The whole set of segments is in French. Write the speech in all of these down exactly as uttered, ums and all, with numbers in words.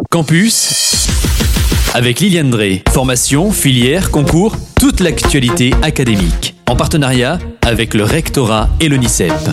Campus avec Liliane Drey. Formation, filière, concours, toute l'actualité académique. En partenariat avec le rectorat et l'O N I C E P.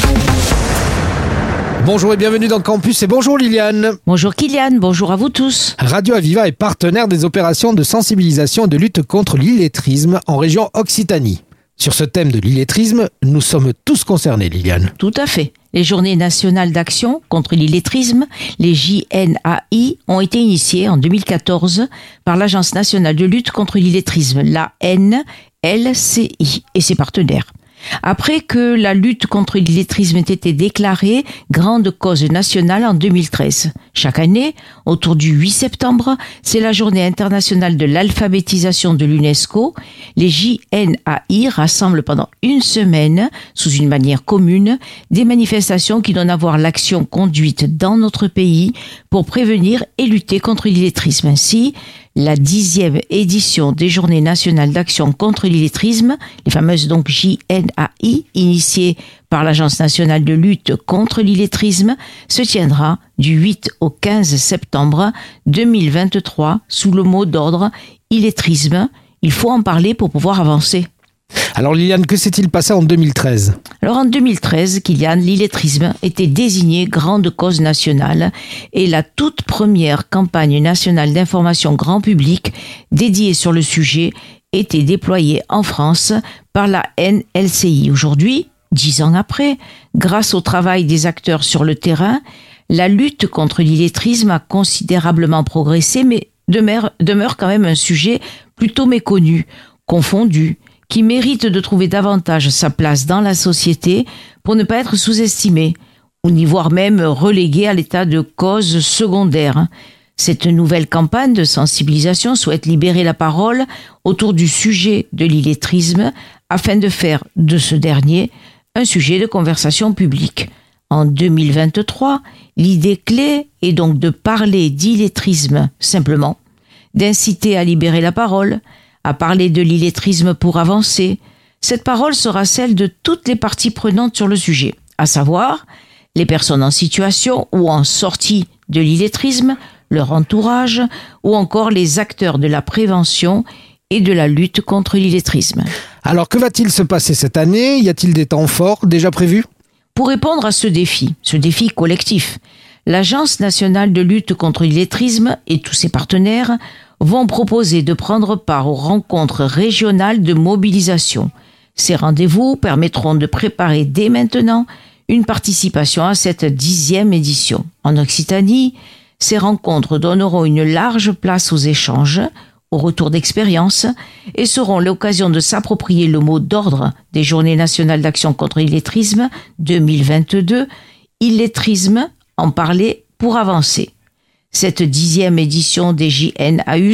Bonjour et bienvenue dans Campus et bonjour Liliane. Bonjour Kylian, bonjour à vous tous. Radio Aviva est partenaire des opérations de sensibilisation et de lutte contre l'illettrisme en région Occitanie. Sur ce thème de l'illettrisme, nous sommes tous concernés, Liliane. Tout à fait. Les Journées nationales d'action contre l'illettrisme, les J N A I, ont été initiées en deux mille quatorze par l'Agence nationale de lutte contre l'illettrisme, l'A N L C I, et ses partenaires. Après que la lutte contre l'illettrisme ait été déclarée grande cause nationale en deux mille treize. Chaque année, autour du huit septembre, c'est la journée internationale de l'alphabétisation de l'UNESCO. Les J N A I rassemblent pendant une semaine, sous une manière commune, des manifestations qui donnent à voir l'action conduite dans notre pays pour prévenir et lutter contre l'illettrisme. Ainsi, la dixième édition des Journées nationales d'action contre l'illettrisme, les fameuses donc J N A I, initiées par l'Agence nationale de lutte contre l'illettrisme, se tiendra du huit au quinze septembre deux mille vingt-trois sous le mot d'ordre « Illettrisme ». Il faut en parler pour pouvoir avancer. Alors Liliane, que s'est-il passé en deux mille treize ? Alors en deux mille treize, Kylian, l'illettrisme était désigné grande cause nationale et la toute première campagne nationale d'information grand public dédiée sur le sujet était déployée en France par la N L C I. Aujourd'hui, dix ans après, grâce au travail des acteurs sur le terrain, la lutte contre l'illettrisme a considérablement progressé, mais demeure, demeure quand même un sujet plutôt méconnu, confondu, qui mérite de trouver davantage sa place dans la société pour ne pas être sous-estimé, ou ni voire même relégué à l'état de cause secondaire. Cette nouvelle campagne de sensibilisation souhaite libérer la parole autour du sujet de l'illettrisme afin de faire de ce dernier un sujet de conversation publique. En deux mille vingt-trois, l'idée clé est donc de parler d'illettrisme simplement, d'inciter à libérer la parole, à parler de l'illettrisme pour avancer. Cette parole sera celle de toutes les parties prenantes sur le sujet, à savoir les personnes en situation ou en sortie de l'illettrisme, leur entourage, ou encore les acteurs de la prévention et de la lutte contre l'illettrisme. Alors que va-t-il se passer cette année ? Y a-t-il des temps forts déjà prévus ? Pour répondre à ce défi, ce défi collectif, l'Agence nationale de lutte contre l'illettrisme et tous ses partenaires vont proposer de prendre part aux rencontres régionales de mobilisation. Ces rendez-vous permettront de préparer dès maintenant une participation à cette dixième édition. En Occitanie, ces rencontres donneront une large place aux échanges, au retour d'expérience, et seront l'occasion de s'approprier le mot d'ordre des Journées nationales d'action contre l'illettrisme deux mille vingt-deux, illettrisme, en parler pour avancer. Cette dixième édition des J N A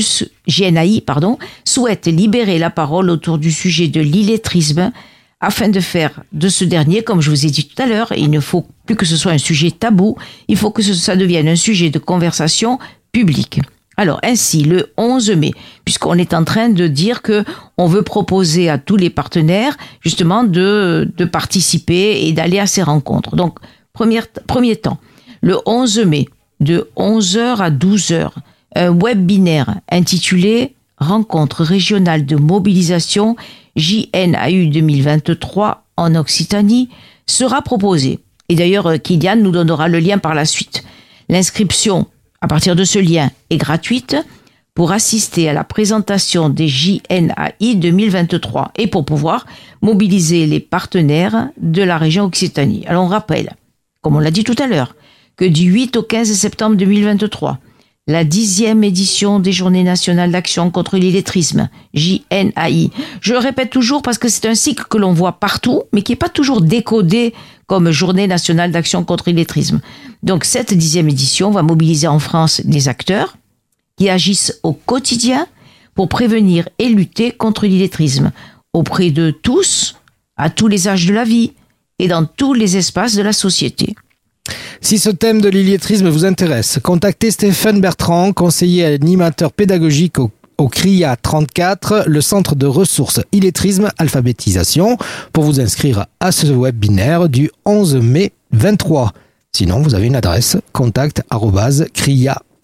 I pardon, souhaite libérer la parole autour du sujet de l'illettrisme afin de faire de ce dernier, comme je vous ai dit tout à l'heure, il ne faut plus que ce soit un sujet tabou, il faut que ça devienne un sujet de conversation publique. Alors ainsi, le onze mai, puisqu'on est en train de dire que on veut proposer à tous les partenaires justement de, de participer et d'aller à ces rencontres. Donc, premier, premier temps, le onze mai, de onze heures à douze heures, un webinaire intitulé « Rencontre régionale de mobilisation J N A I deux mille vingt-trois en Occitanie » sera proposé. Et d'ailleurs, Kylian nous donnera le lien par la suite. L'inscription, à partir de ce lien, est gratuite pour assister à la présentation des J N A I deux mille vingt-trois et pour pouvoir mobiliser les partenaires de la région Occitanie. Alors on rappelle, comme on l'a dit tout à l'heure, que du huit au quinze septembre deux mille vingt-trois, la dixième édition des Journées nationales d'action contre l'illettrisme, J N A I. Je le répète toujours parce que c'est un cycle que l'on voit partout, mais qui n'est pas toujours décodé comme Journée nationale d'action contre l'illettrisme. Donc cette dixième édition va mobiliser en France des acteurs qui agissent au quotidien pour prévenir et lutter contre l'illettrisme, auprès de tous, à tous les âges de la vie et dans tous les espaces de la société. Si ce thème de l'illettrisme vous intéresse, contactez Stéphane Bertrand, conseiller animateur pédagogique au, au C R I A trente-quatre, le centre de ressources illettrisme alphabétisation, pour vous inscrire à ce webinaire du onze mai vingt-trois. Sinon, vous avez une adresse contact arobase c r i a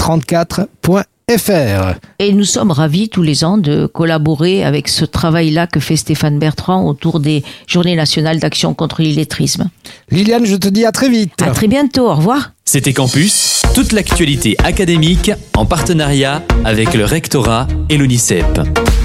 trente-quatre point F R. Et nous sommes ravis tous les ans de collaborer avec ce travail-là que fait Stéphane Bertrand autour des Journées nationales d'action contre l'illettrisme. Liliane, je te dis à très vite. À très bientôt, au revoir. C'était Campus, toute l'actualité académique en partenariat avec le rectorat et l'O N I C E P.